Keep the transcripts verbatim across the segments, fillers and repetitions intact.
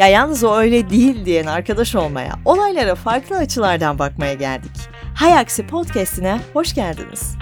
Ya yalnız o öyle değil diyen arkadaş olmaya, olaylara farklı açılardan bakmaya geldik. Hay Aksi Podcast'ine hoş geldiniz.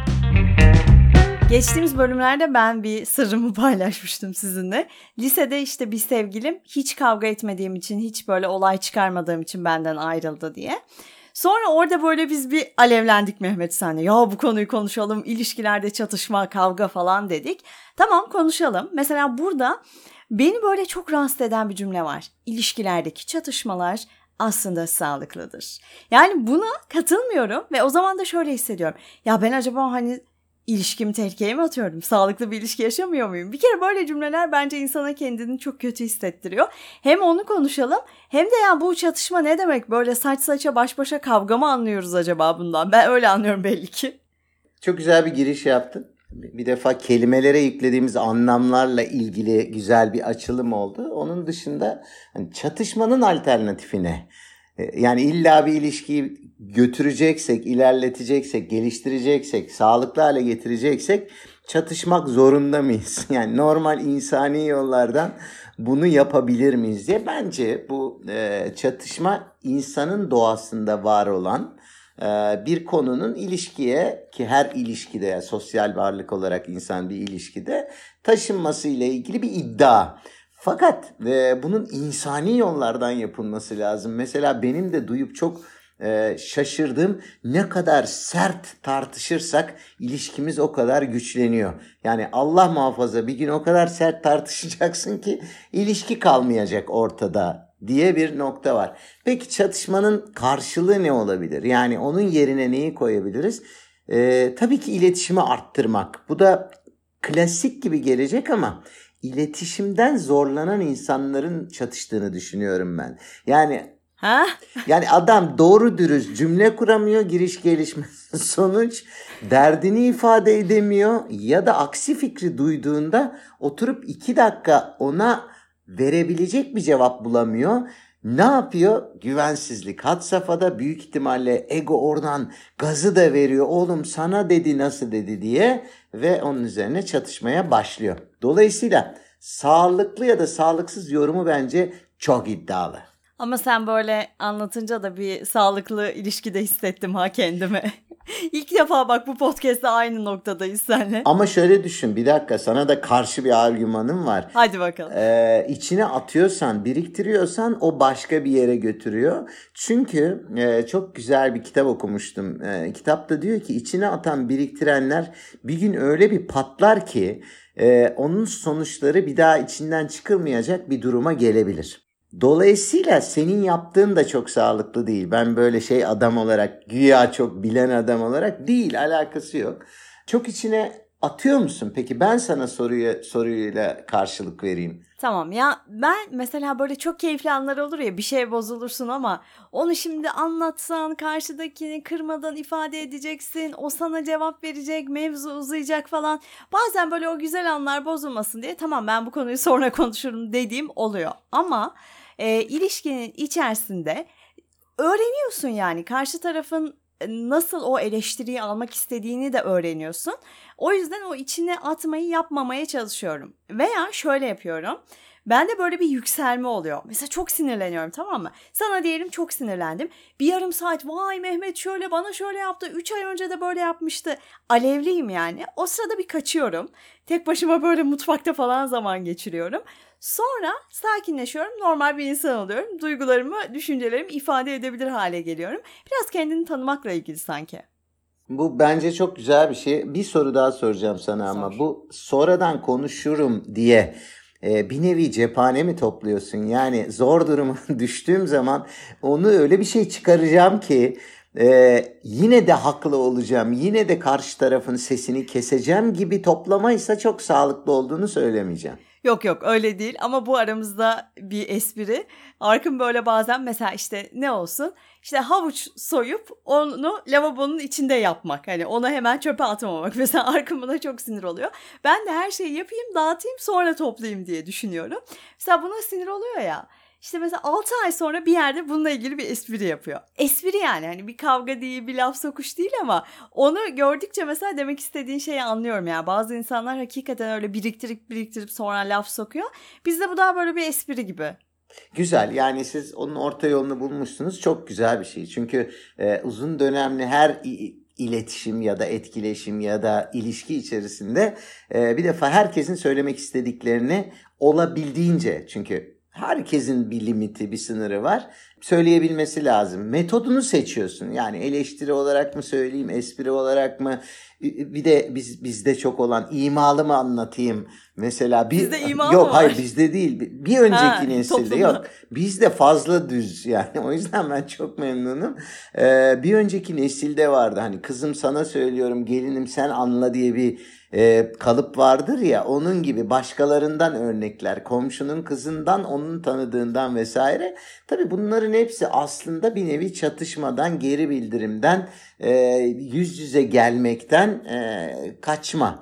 Geçtiğimiz bölümlerde ben bir sırrımı paylaşmıştım sizinle. Lisede işte bir sevgilim hiç kavga etmediğim için, hiç böyle olay çıkarmadığım için benden ayrıldı diye. Sonra orada böyle biz bir alevlendik Mehmet senle. Ya bu konuyu konuşalım, ilişkilerde çatışma, kavga falan dedik. Tamam konuşalım. Mesela burada beni böyle çok rahatsız eden bir cümle var. İlişkilerdeki çatışmalar aslında sağlıklıdır. Yani buna katılmıyorum ve o zaman da şöyle hissediyorum. Ya ben acaba hani ilişkimi tehlikeye mi atıyorum? Sağlıklı bir ilişki yaşamıyor muyum? Bir kere böyle cümleler bence insana kendini çok kötü hissettiriyor. Hem onu konuşalım hem de ya bu çatışma ne demek? Böyle saç saça baş başa kavga mı anlıyoruz acaba bundan? Ben öyle anlıyorum belli ki. Çok güzel bir giriş yaptın. Bir defa kelimelere yüklediğimiz anlamlarla ilgili güzel bir açılım oldu. Onun dışında hani çatışmanın alternatifi ne? Yani illa bir ilişkiyi götüreceksek, ilerleteceksek, geliştireceksek, sağlıklı hale getireceksek çatışmak zorunda mıyız? Yani normal insani yollardan bunu yapabilir miyiz diye. Bence bu e, çatışma insanın doğasında var olan e, bir konunun ilişkiye, ki her ilişkide, yani sosyal varlık olarak insan bir ilişkide taşınması ile ilgili bir iddia. Fakat e, bunun insani yollardan yapılması lazım. Mesela benim de duyup çok e, şaşırdığım, ne kadar sert tartışırsak ilişkimiz o kadar güçleniyor. Yani Allah muhafaza bir gün o kadar sert tartışacaksın ki ilişki kalmayacak ortada diye bir nokta var. Peki çatışmanın karşılığı ne olabilir? Yani onun yerine neyi koyabiliriz? E, tabii ki iletişimi arttırmak. Bu da klasik gibi gelecek ama İletişimden zorlanan insanların çatıştığını düşünüyorum ben. Yani ha? yani adam doğru dürüst cümle kuramıyor, giriş gelişme sonuç derdini ifade edemiyor ya da aksi fikri duyduğunda oturup iki dakika ona verebilecek bir cevap bulamıyor. Ne yapıyor? Güvensizlik had safhada, büyük ihtimalle ego oradan gazı da veriyor. Oğlum sana dedi, nasıl dedi diye ve onun üzerine çatışmaya başlıyor. Dolayısıyla sağlıklı ya da sağlıksız yorumu bence çok iddialı. Ama sen böyle anlatınca da bir sağlıklı ilişkide hissettim ha kendimi. İlk defa bak bu podcast'ta aynı noktadayız seninle. Ama şöyle düşün, bir dakika, sana da karşı bir argümanım var. Hadi bakalım. Ee, içine atıyorsan, biriktiriyorsan o başka bir yere götürüyor. Çünkü e, çok güzel bir kitap okumuştum. E, kitapta diyor ki içine atan, biriktirenler bir gün öyle bir patlar ki e, onun sonuçları bir daha içinden çıkılmayacak bir duruma gelebilir. Dolayısıyla senin yaptığın da çok sağlıklı değil. Ben böyle şey adam olarak, güya çok bilen adam olarak değil, alakası yok. Çok içine atıyor musun? Peki ben sana soruyu soruyla karşılık vereyim. Tamam ya, ben mesela böyle çok keyifli anlar olur ya, bir şey bozulursun ama onu şimdi anlatsan karşıdakini kırmadan ifade edeceksin, o sana cevap verecek, mevzu uzayacak falan. Bazen böyle o güzel anlar bozulmasın diye tamam ben bu konuyu sonra konuşurum dediğim oluyor. Ama e, ilişkinin içerisinde öğreniyorsun, yani karşı tarafın nasıl o eleştiriyi almak istediğini de öğreniyorsun. O yüzden o içine atmayı yapmamaya çalışıyorum. Veya şöyle yapıyorum. Bende böyle bir yükselme oluyor. Mesela çok sinirleniyorum, tamam mı? Sana diyelim çok sinirlendim. Bir yarım saat vay Mehmet şöyle bana şöyle yaptı. Üç ay önce de böyle yapmıştı. Alevliyim yani. O sırada bir kaçıyorum. Tek başıma böyle mutfakta falan zaman geçiriyorum. Sonra sakinleşiyorum, normal bir insan oluyorum. Duygularımı, düşüncelerimi ifade edebilir hale geliyorum. Biraz kendini tanımakla ilgili sanki. Bu bence çok güzel bir şey. Bir soru daha soracağım sana ama Sor. bu sonradan konuşurum diye e, bir nevi cephane mi topluyorsun? Yani zor duruma düştüğüm zaman onu öyle bir şey çıkaracağım ki e, yine de haklı olacağım. Yine de karşı tarafın sesini keseceğim gibi toplamaysa çok sağlıklı olduğunu söylemeyeceğim. Yok yok öyle değil ama bu aramızda bir espri. Arkın böyle bazen mesela işte ne olsun, işte havuç soyup onu lavabonun içinde yapmak. Hani onu hemen çöpe atmamak. Mesela Arkın buna çok sinir oluyor. Ben de her şeyi yapayım, dağıtayım, sonra toplayayım diye düşünüyorum. Mesela buna sinir oluyor ya. İşte mesela altı ay sonra bir yerde bununla ilgili bir espri yapıyor. Espri yani, hani bir kavga değil, bir laf sokuş değil ama onu gördükçe mesela demek istediğin şeyi anlıyorum ya. Bazı insanlar hakikaten öyle biriktirip biriktirip sonra laf sokuyor. Bizde bu daha böyle bir espri gibi. Güzel, yani siz onun orta yolunu bulmuşsunuz, çok güzel bir şey. Çünkü e, uzun dönemli her i- iletişim ya da etkileşim ya da ilişki içerisinde e, bir defa herkesin söylemek istediklerini olabildiğince, çünkü herkesin bir limiti, bir sınırı var, söyleyebilmesi lazım. Metodunu seçiyorsun. Yani eleştiri olarak mı söyleyeyim, espri olarak mı? Bir de biz bizde çok olan imalı mı anlatayım? Mesela bir Bizde ima yok mı hayır var? bizde değil. Bir önceki Ha, nesilde toplumda. yok. Bizde fazla düz yani. O yüzden ben çok memnunum. Ee, bir önceki nesilde vardı. Hani kızım sana söylüyorum, gelinim sen anla diye bir e, kalıp vardır ya. Onun gibi başkalarından örnekler. Komşunun kızından, onun tanıdığından vesaire. Tabii bunların hepsi aslında bir nevi çatışmadan, geri bildirimden, e, yüz yüze gelmekten e, kaçma.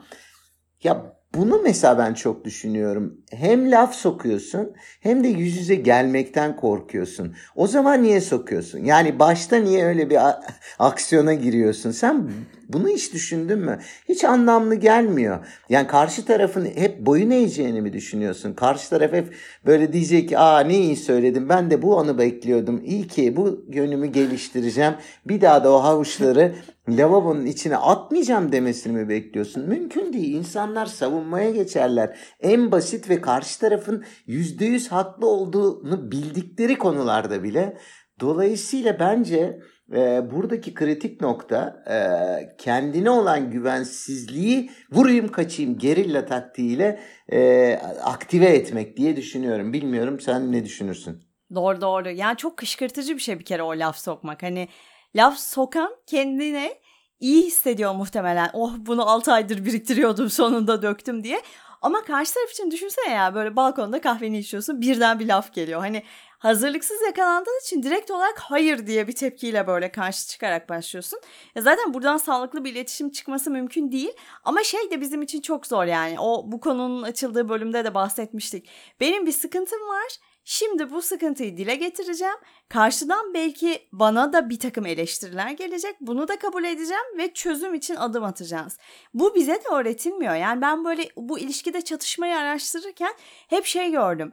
Ya bunu mesela ben çok düşünüyorum. Hem laf sokuyorsun hem de yüz yüze gelmekten korkuyorsun. O zaman niye sokuyorsun? Yani başta niye öyle bir a- aksiyona giriyorsun? Sen bunu hiç düşündün mü? Hiç anlamlı gelmiyor. Yani karşı tarafın hep boyun eğeceğini mi düşünüyorsun? Karşı taraf hep böyle diyecek ki aa ne iyi söyledim, ben de bu anı bekliyordum. İyi ki bu yönümü geliştireceğim. Bir daha da o havuçları lavabonun içine atmayacağım demesini mi bekliyorsun? Mümkün değil. İnsanlar savunmaya geçerler. En basit ve karşı tarafın yüzde yüz haklı olduğunu bildikleri konularda bile. Dolayısıyla bence e, buradaki kritik nokta e, kendine olan güvensizliği vurayım kaçayım gerilla taktiğiyle e, aktive etmek diye düşünüyorum. Bilmiyorum, sen ne düşünürsün? Doğru doğru. Yani çok kışkırtıcı bir şey bir kere o laf sokmak. Hani laf sokan kendine iyi hissediyor muhtemelen. Oh bunu altı aydır biriktiriyordum sonunda döktüm diye. Ama karşı taraf için düşünsene ya, böyle balkonda kahveni içiyorsun, birden bir laf geliyor. Hani hazırlıksız yakalandığın için direkt olarak hayır diye bir tepkiyle böyle karşı çıkarak başlıyorsun. Ya zaten buradan sağlıklı bir iletişim çıkması mümkün değil. Ama şey de bizim için çok zor yani. O bu konunun açıldığı bölümde de bahsetmiştik. Benim bir sıkıntım var. Şimdi bu sıkıntıyı dile getireceğim. Karşıdan belki bana da bir takım eleştiriler gelecek. Bunu da kabul edeceğim ve çözüm için adım atacağız. Bu bize de öğretilmiyor. Yani ben böyle bu ilişkide çatışmayı araştırırken hep şey gördüm.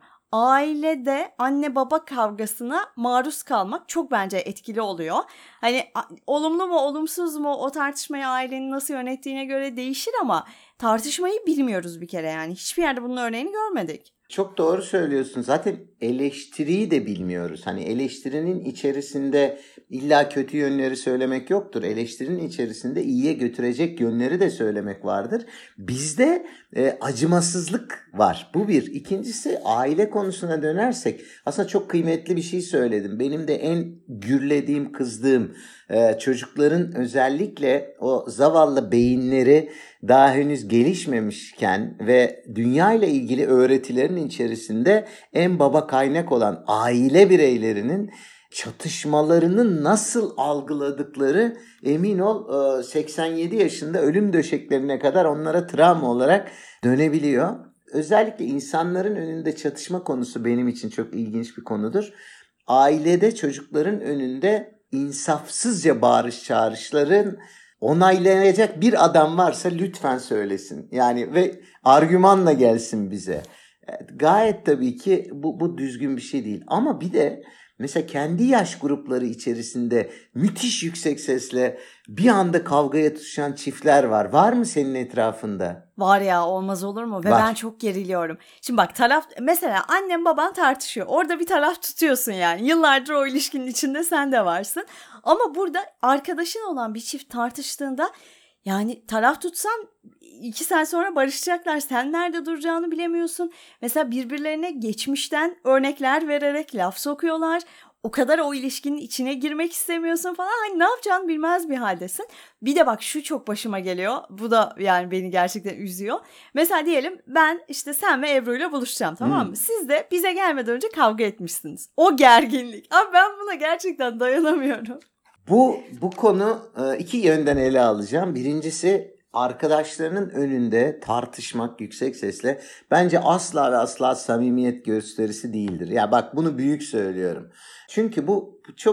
Ailede anne baba kavgasına maruz kalmak çok bence etkili oluyor. Hani olumlu mu olumsuz mu o tartışmayı ailenin nasıl yönettiğine göre değişir ama tartışmayı bilmiyoruz bir kere yani. Hiçbir yerde bunun örneğini görmedik. Çok doğru söylüyorsun. Zaten eleştiriyi de bilmiyoruz. Hani eleştirinin içerisinde illa kötü yönleri söylemek yoktur. Eleştirinin içerisinde iyiye götürecek yönleri de söylemek vardır. Bizde e, acımasızlık var. Bu bir. İkincisi, aile konusuna dönersek aslında çok kıymetli bir şey söyledim. Benim de en gürlediğim, kızdığım e, çocukların özellikle o zavallı beyinleri daha henüz gelişmemişken ve dünya ile ilgili öğretilerin içerisinde en baba kaynak olan aile bireylerinin çatışmalarını nasıl algıladıkları, emin ol seksen yedi yaşında ölüm döşeklerine kadar onlara travma olarak dönebiliyor. Özellikle insanların önünde çatışma konusu benim için çok ilginç bir konudur. Ailede çocukların önünde insafsızca bağırış çağrışların onaylayacak bir adam varsa lütfen söylesin. Yani ve argümanla gelsin bize. Gayet tabii ki bu, bu düzgün bir şey değil. Ama bir de mesela kendi yaş grupları içerisinde müthiş yüksek sesle bir anda kavgaya tutuşan çiftler var. Var mı senin etrafında? Var ya, olmaz olur mu? Ve Var. ben çok geriliyorum. Şimdi bak, taraf mesela annem baban tartışıyor. Orada bir taraf tutuyorsun yani. Yıllardır o ilişkinin içinde sen de varsın. Ama burada arkadaşın olan bir çift tartıştığında yani taraf tutsan iki saat sonra barışacaklar. Sen nerede duracağını bilemiyorsun. Mesela birbirlerine geçmişten örnekler vererek laf sokuyorlar. O kadar o ilişkinin içine girmek istemiyorsun falan. Hani ne yapacağını bilmez bir haldesin. Bir de bak şu çok başıma geliyor. Bu da yani beni gerçekten üzüyor. Mesela diyelim ben işte sen ve Ebru ile buluşacağım, tamam mı? Hmm. Siz de bize gelmeden önce kavga etmişsiniz. O gerginlik. Abi ben buna gerçekten dayanamıyorum. Bu bu konu iki yönden ele alacağım. Birincisi, arkadaşlarının önünde tartışmak yüksek sesle bence asla ve asla samimiyet gösterisi değildir. Ya bak, bunu büyük söylüyorum. Çünkü bu çok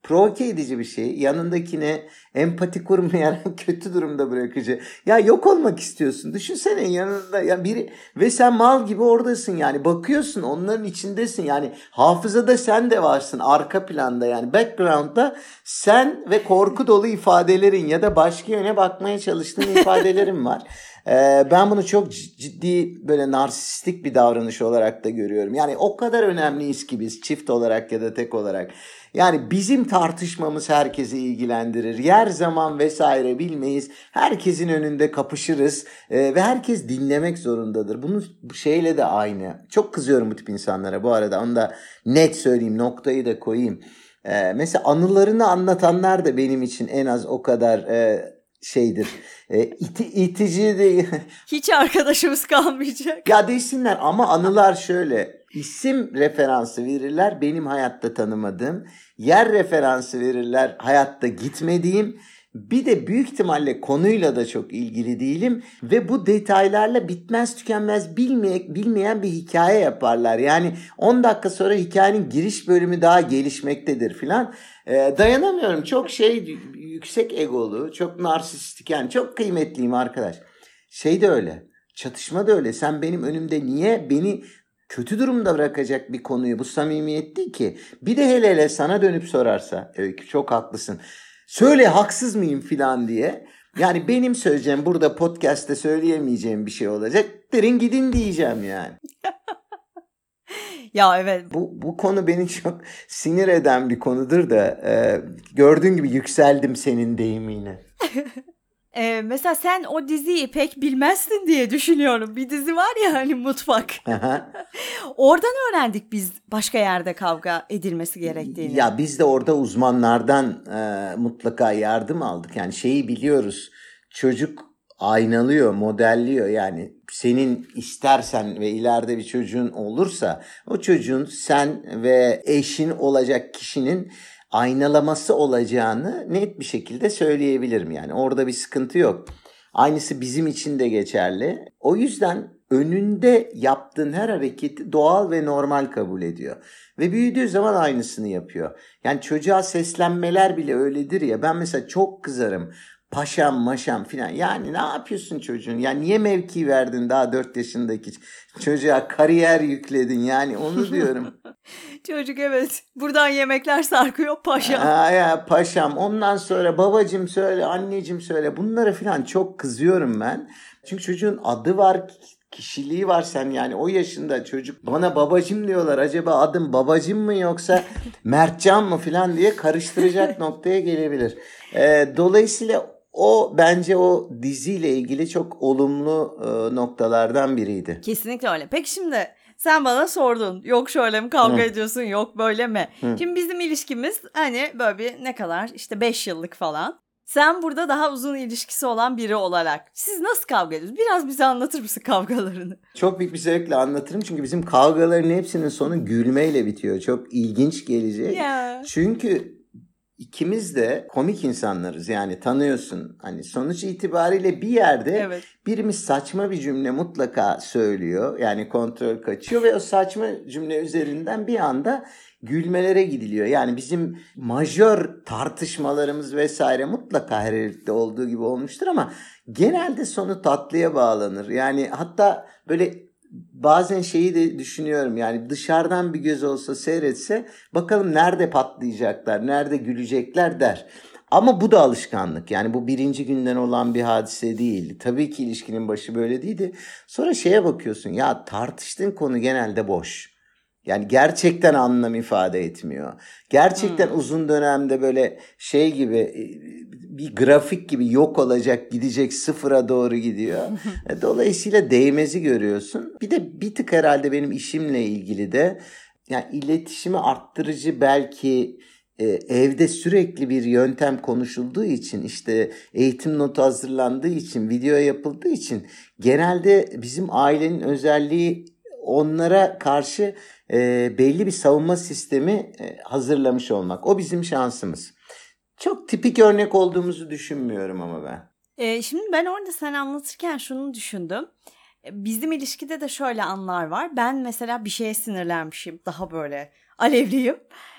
provoke edici bir şey. Yanındakine empati kurmayarak kötü durumda bırakıcı. Ya yok olmak istiyorsun. Düşünsene yanında ya biri ve sen mal gibi oradasın yani. Bakıyorsun onların içindesin yani. Hafızada sen de varsın arka planda yani. Background'da sen ve korku dolu ifadelerin ya da başka yöne bakmaya çalıştığın ifadelerin var. Ee, ben bunu çok ciddi böyle narsistik bir davranış olarak da görüyorum. Yani o kadar önemliyiz ki biz çift olarak ya da tek olarak. Yani bizim tartışmamız herkesi ilgilendirir. Yer zaman vesaire bilmeyiz. Herkesin önünde kapışırız ee, ve herkes dinlemek zorundadır. Bunun bu şeyle de aynı. Çok kızıyorum bu tip insanlara bu arada. Onu da net söyleyeyim, noktayı da koyayım. Ee, mesela anılarını anlatanlar da benim için en az o kadar e, şeydir. E, iti, itici de Hiç arkadaşımız kalmayacak. ya desinler ama anılar şöyle. İsim referansı verirler benim hayatta tanımadığım. Yer referansı verirler hayatta gitmediğim. Bir de büyük ihtimalle konuyla da çok ilgili değilim. Ve bu detaylarla bitmez tükenmez bilmeye, bilmeyen bir hikaye yaparlar. Yani on dakika sonra hikayenin giriş bölümü daha gelişmektedir filan. Ee, dayanamıyorum. Çok şey yüksek egolu, çok narsistik yani çok kıymetliyim arkadaş. Şey de öyle. Çatışma da öyle. Sen benim önümde niye beni kötü durumda bırakacak bir konuyu bu samimiyet değil ki. Bir de hele hele sana dönüp sorarsa Öykü çok haklısın. Söyle haksız mıyım filan diye. Yani benim söyleyeceğim burada podcast'te söyleyemeyeceğim bir şey olacak. Derin gidin diyeceğim yani. Ya evet. Bu, bu konu beni çok sinir eden bir konudur da e, gördüğün gibi yükseldim senin deyimine. Ee, mesela sen o diziyi pek bilmezsin diye düşünüyorum. Bir dizi var ya hani Mutfak. Oradan öğrendik biz başka yerde kavga edilmesi gerektiğini. Ya biz de orada uzmanlardan e, mutlaka yardım aldık. Yani şeyi biliyoruz. Çocuk aynalıyor, modelliyor. Yani senin istersen ve ileride bir çocuğun olursa o çocuğun sen ve eşin olacak kişinin aynalaması olacağını net bir şekilde söyleyebilirim. Yani orada bir sıkıntı yok. Aynısı bizim için de geçerli. O yüzden önünde yaptığın her hareketi doğal ve normal kabul ediyor. Ve büyüdüğü zaman aynısını yapıyor. Yani çocuğa seslenmeler bile öyledir ya. Ben mesela çok kızarım. Paşam maşam filan. Yani ne yapıyorsun çocuğun? Ya niye mevki verdin daha dört yaşındaki çocuğa kariyer yükledin? Yani onu diyorum. Çocuk evet. Buradan yemekler sarkıyor paşam. Aa, ya paşam. Ondan sonra babacım söyle, anneciğim söyle. Bunlara filan çok kızıyorum ben. Çünkü çocuğun adı var, kişiliği var. Sen yani o yaşında çocuk bana babacım diyorlar. Acaba adım babacım mı yoksa Mertcan mı filan diye karıştıracak noktaya gelebilir. Ee, dolayısıyla o bence o diziyle ilgili çok olumlu e, noktalardan biriydi. Kesinlikle öyle. Peki şimdi sen bana sordun. Yok şöyle mi kavga Hı. ediyorsun, yok böyle mi? Hı. Şimdi bizim ilişkimiz hani böyle bir ne kadar işte beş yıllık falan. Sen burada daha uzun ilişkisi olan biri olarak siz nasıl kavga ediyorsunuz? Biraz bize anlatır mısın kavgalarını? Çok büyük bir zevkle anlatırım çünkü bizim kavgaların hepsinin sonu gülmeyle bitiyor. Çok ilginç gelecek. Yeah. Çünkü İkimiz de komik insanlarız yani tanıyorsun. Hani sonuç itibariyle bir yerde evet. birimiz saçma bir cümle mutlaka söylüyor. Yani kontrol kaçıyor ve o saçma cümle üzerinden bir anda gülmelere gidiliyor. Yani bizim majör tartışmalarımız vesaire mutlaka her evlilikte olduğu gibi olmuştur ama genelde sonu tatlıya bağlanır. Yani hatta böyle bazen şeyi de düşünüyorum yani dışarıdan bir göz olsa seyretse bakalım nerede patlayacaklar, nerede gülecekler der. Ama bu da alışkanlık yani bu birinci günden olan bir hadise değil. Tabii ki ilişkinin başı böyle değildi. Sonra şeye bakıyorsun ya tartıştığın konu genelde boş. Yani gerçekten anlam ifade etmiyor. Gerçekten hmm. uzun dönemde böyle şey gibi bir grafik gibi yok olacak, gidecek, sıfıra doğru gidiyor. Dolayısıyla değmezi görüyorsun. Bir de bir tık herhalde benim işimle ilgili de yani iletişimi arttırıcı belki e, evde sürekli bir yöntem konuşulduğu için işte eğitim notu hazırlandığı için video yapıldığı için genelde bizim ailenin özelliği onlara karşı e, belli bir savunma sistemi e, hazırlamış olmak. O bizim şansımız. Çok tipik örnek olduğumuzu düşünmüyorum ama ben. E, şimdi ben orada sen anlatırken şunu düşündüm. Bizim ilişkide de şöyle anlar var. Ben mesela bir şeye sinirlenmişim. Daha böyle alevliyim.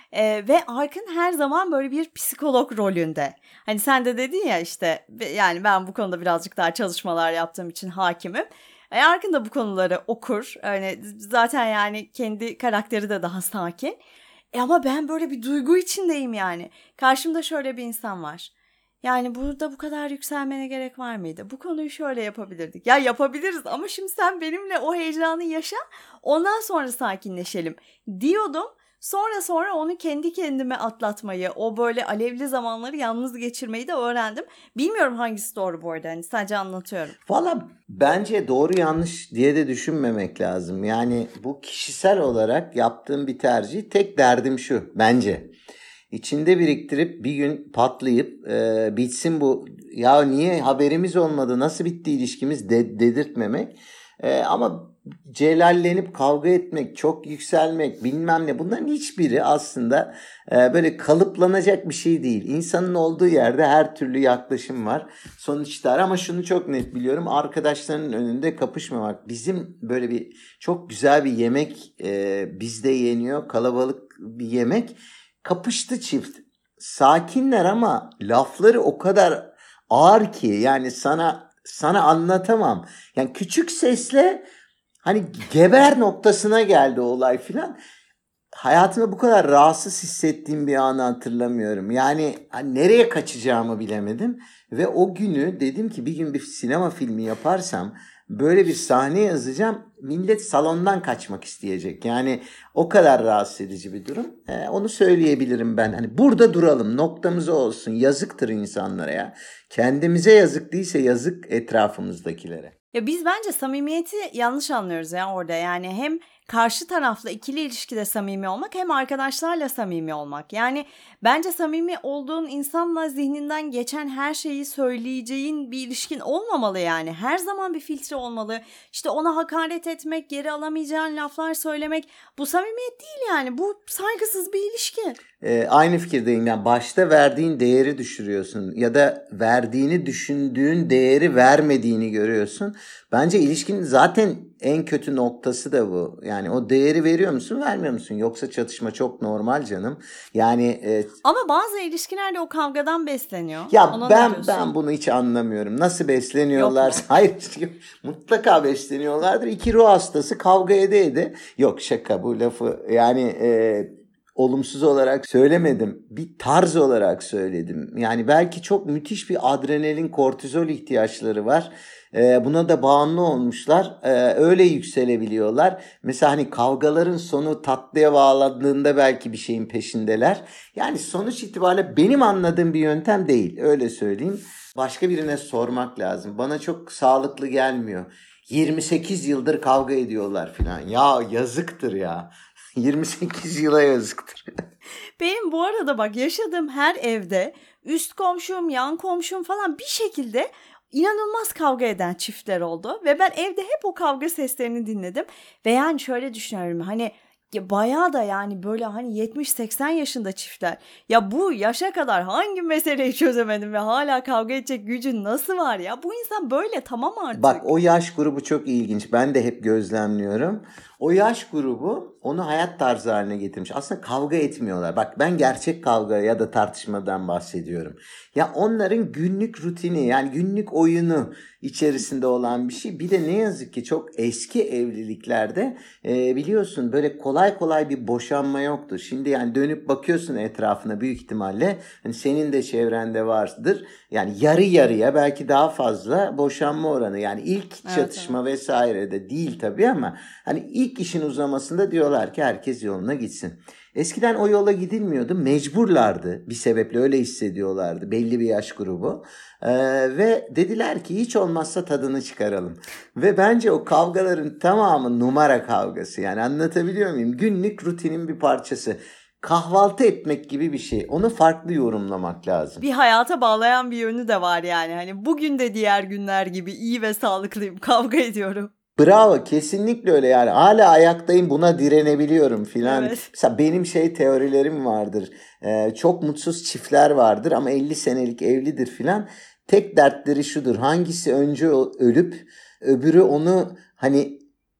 Ee, ve Arkın her zaman böyle bir psikolog rolünde. Hani sen de dedin ya işte yani ben bu konuda birazcık daha çalışmalar yaptığım için hakimim. E, Arkın da bu konuları okur. Yani zaten yani kendi karakteri de daha sakin. E ama ben böyle bir duygu içindeyim yani. Karşımda şöyle bir insan var. Yani burada bu kadar yükselmene gerek var mıydı? Bu konuyu şöyle yapabilirdik. Ya yapabiliriz ama şimdi sen benimle o heyecanı yaşa. Ondan sonra sakinleşelim diyordum. Sonra sonra onu kendi kendime atlatmayı, o böyle alevli zamanları yalnız geçirmeyi de öğrendim. Bilmiyorum hangisi doğru bu arada. Hani sadece anlatıyorum. Valla bence doğru yanlış diye de düşünmemek lazım. Yani bu kişisel olarak yaptığım bir tercih. Tek derdim şu bence. İçinde biriktirip bir gün patlayıp e, bitsin bu. Ya niye haberimiz olmadı, nasıl bitti ilişkimiz de, dedirtmemek. E, ama celallenip kavga etmek, çok yükselmek bilmem ne, bunların hiçbiri aslında e, böyle kalıplanacak bir şey değil. İnsanın olduğu yerde her türlü yaklaşım var, sonuçlar. Ama şunu çok net biliyorum, arkadaşlarının önünde kapışmamak. Bizim böyle bir çok güzel bir yemek e, bizde yeniyor, kalabalık bir yemek. Kapıştı çift. Sakinler ama lafları o kadar ağır ki yani sana sana anlatamam. Yani küçük sesle hani geber noktasına geldi olay filan. Hayatımda bu kadar rahatsız hissettiğim bir anı hatırlamıyorum. Yani hani nereye kaçacağımı bilemedim. Ve o günü dedim ki bir gün bir sinema filmi yaparsam böyle bir sahne yazacağım. Millet salondan kaçmak isteyecek. Yani o kadar rahatsız edici bir durum. Ee, onu söyleyebilirim ben. Hani burada duralım, noktamız o olsun. Yazıktır insanlara ya. Kendimize yazık değilse yazık etrafımızdakilere. Ya biz bence samimiyeti yanlış anlıyoruz ya orada. Yani hem karşı tarafla ikili ilişkide samimi olmak hem arkadaşlarla samimi olmak. Yani bence samimi olduğun insanla zihninden geçen her şeyi söyleyeceğin bir ilişkin olmamalı yani. Her zaman bir filtre olmalı. İşte ona hakaret etmek, geri alamayacağın laflar söylemek, bu samimiyet değil yani. Bu saygısız bir ilişki. Ee, aynı fikirdeyim. Yani başta verdiğin değeri düşürüyorsun ya da verdiğini düşündüğün değeri vermediğini görüyorsun. Bence ilişkinin zaten en kötü noktası da bu. Yani o değeri veriyor musun, vermiyor musun? Yoksa çatışma çok normal canım. Yani e, ama bazı ilişkilerde o kavgadan besleniyor. ya Ona ben ben bunu hiç anlamıyorum. Nasıl besleniyorlar? Hayır, mutlaka besleniyorlardır. İki ruh hastası kavga ede ede. Yok, şaka bu lafı. Yani e, olumsuz olarak söylemedim. Bir tarz olarak söyledim. Yani belki çok müthiş bir adrenalin, kortizol ihtiyaçları var. Ee, buna da bağımlı olmuşlar. Ee, öyle yükselebiliyorlar. Mesela hani kavgaların sonu tatlıya bağlandığında belki bir şeyin peşindeler. Yani sonuç itibariyle benim anladığım bir yöntem değil. Öyle söyleyeyim. Başka birine sormak lazım. Bana çok sağlıklı gelmiyor. yirmi sekiz yıldır kavga ediyorlar falan. Ya yazıktır ya. yirmi sekiz yıla yazıktır. Benim bu arada bak yaşadığım her evde üst komşum, yan komşum falan bir şekilde inanılmaz kavga eden çiftler oldu. Ve ben evde hep o kavga seslerini dinledim. Ve yani şöyle düşünüyorum hani ya bayağı da yani böyle hani yetmiş seksen yaşında çiftler. Ya bu yaşa kadar hangi meseleyi çözemedim ve hala kavga edecek gücün nasıl var ya? Bu insan böyle tamam artık. Bak o yaş grubu çok ilginç. Ben de hep gözlemliyorum. O yaş grubu onu hayat tarzı haline getirmiş. Aslında kavga etmiyorlar. Bak ben gerçek kavga ya da tartışmadan bahsediyorum. Ya onların günlük rutini yani günlük oyunu içerisinde olan bir şey. Bir de ne yazık ki çok eski evliliklerde e, biliyorsun böyle kolay kolay bir boşanma yoktur. Şimdi yani dönüp bakıyorsun etrafına büyük ihtimalle hani senin de çevrende vardır. Yani yarı yarıya belki daha fazla boşanma oranı. Yani ilk Evet, çatışma evet. vesaire de değil tabii ama hani ilk işin uzamasında diyorlar ki herkes yoluna gitsin. Eskiden o yola gidilmiyordu. Mecburlardı. Bir sebeple öyle hissediyorlardı. Belli bir yaş grubu. Ee, ve dediler ki hiç olmazsa tadını çıkaralım. Ve bence o kavgaların tamamı numara kavgası. Yani anlatabiliyor muyum? Günlük rutinin bir parçası. Kahvaltı etmek gibi bir şey. Onu farklı yorumlamak lazım. Bir hayata bağlayan bir yönü de var yani. Hani bugün de diğer günler gibi iyi ve sağlıklıyım. Kavga ediyorum. Bravo, kesinlikle öyle yani. Hala ayaktayım, buna direnebiliyorum filan. Evet. Mesela benim şey teorilerim vardır. Ee, çok mutsuz çiftler vardır ama elli senelik evlidir filan. Tek dertleri şudur. Hangisi önce ölüp öbürü onu hani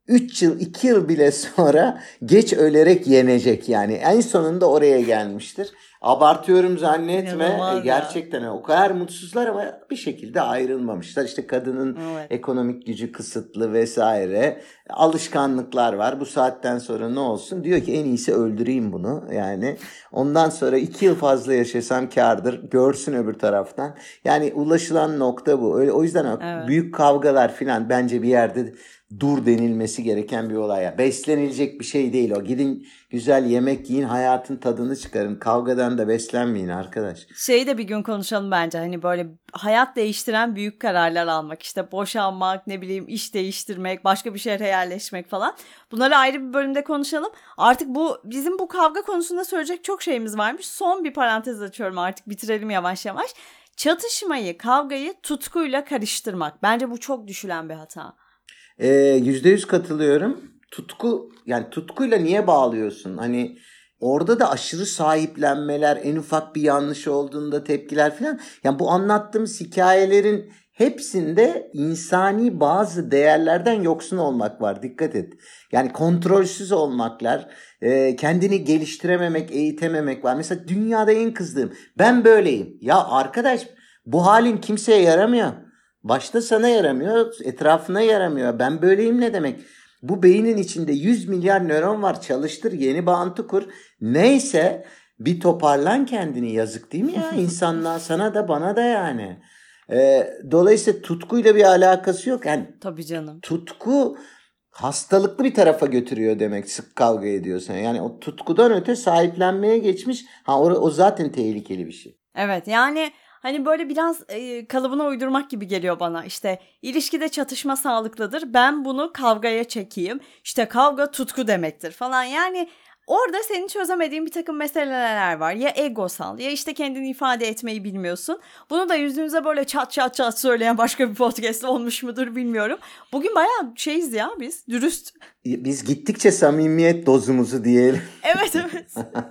üç yıl iki yıl bile sonra geç ölerek yenecek yani. En sonunda oraya gelmiştir. Abartıyorum zannetme. İnanılmaz E, gerçekten o kadar mutsuzlar ama bir şekilde ayrılmamışlar. İşte kadının Evet. ekonomik gücü kısıtlı vesaire. Alışkanlıklar var. Bu saatten sonra ne olsun? Diyor ki en iyisi öldüreyim bunu. Yani ondan sonra iki yıl fazla yaşasam kârdır. Görsün öbür taraftan. Yani ulaşılan nokta bu. Öyle, o yüzden Evet. büyük kavgalar filan bence bir yerde dur denilmesi gereken bir olay. Ya. Beslenilecek bir şey değil o. Gidin güzel yemek yiyin, hayatın tadını çıkarın. Kavgadan da beslenmeyin arkadaş. Şeyi de bir gün konuşalım bence. Hani böyle hayat değiştiren büyük kararlar almak. İşte boşanmak, ne bileyim iş değiştirmek, başka bir şehre yerleşmek falan. Bunları ayrı bir bölümde konuşalım. Artık bu bizim bu kavga konusunda söyleyecek çok şeyimiz varmış. Son bir parantez açıyorum, artık bitirelim yavaş yavaş. Çatışmayı, kavgayı tutkuyla karıştırmak. Bence bu çok düşülen bir hata. Ee, yüzde yüz katılıyorum. Tutku, yani tutkuyla niye bağlıyorsun? Hani orada da aşırı sahiplenmeler, en ufak bir yanlış olduğunda tepkiler falan. Yani bu anlattığımız hikayelerin hepsinde insani bazı değerlerden yoksun olmak var. Dikkat et. Yani kontrolsüz olmaklar, e, kendini geliştirememek, eğitememek var. Mesela dünyada en kızdığım, ben böyleyim. Ya arkadaş, bu halin kimseye yaramıyor. Başta sana yaramıyor, etrafına yaramıyor. Ben böyleyim ne demek? Bu beynin içinde yüz milyar nöron var. Çalıştır, yeni bağıntı kur. Neyse bir toparlan kendini, yazık değil mi ya? İnsanlığa, sana da bana da yani. Ee, dolayısıyla tutkuyla bir alakası yok. Yani Tabii canım. tutku hastalıklı bir tarafa götürüyor demek, sık kavga ediyorsan. Yani o tutkudan öte sahiplenmeye geçmiş. Ha o, o zaten tehlikeli bir şey. Evet, yani hani böyle biraz e, kalıbına uydurmak gibi geliyor bana. İşte ilişkide çatışma sağlıklıdır. Ben bunu kavgaya çekeyim. İşte kavga tutku demektir falan. Yani orada senin çözemediğin bir takım meseleler var. Ya egosal, ya işte kendini ifade etmeyi bilmiyorsun. Bunu da yüzünüze böyle çat çat çat söyleyen başka bir podcast olmuş mudur bilmiyorum. Bugün bayağı şeyiz ya biz, dürüst. Biz gittikçe samimiyet dozumuzu diyelim. Evet evet.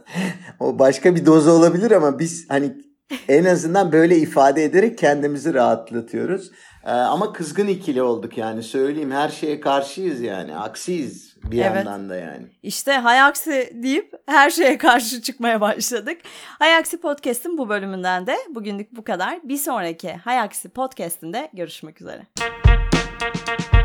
O başka bir doz olabilir ama biz hani en azından böyle ifade ederek kendimizi rahatlatıyoruz. Ee, ama kızgın ikili olduk yani, söyleyeyim, her şeye karşıyız yani, aksiyiz bir Evet. yandan da yani. İşte hay aksi deyip her şeye karşı çıkmaya başladık. Hay Aksi Podcast'ın bu bölümünden de bugünlük bu kadar. Bir sonraki Hay Aksi Podcast'inde görüşmek üzere.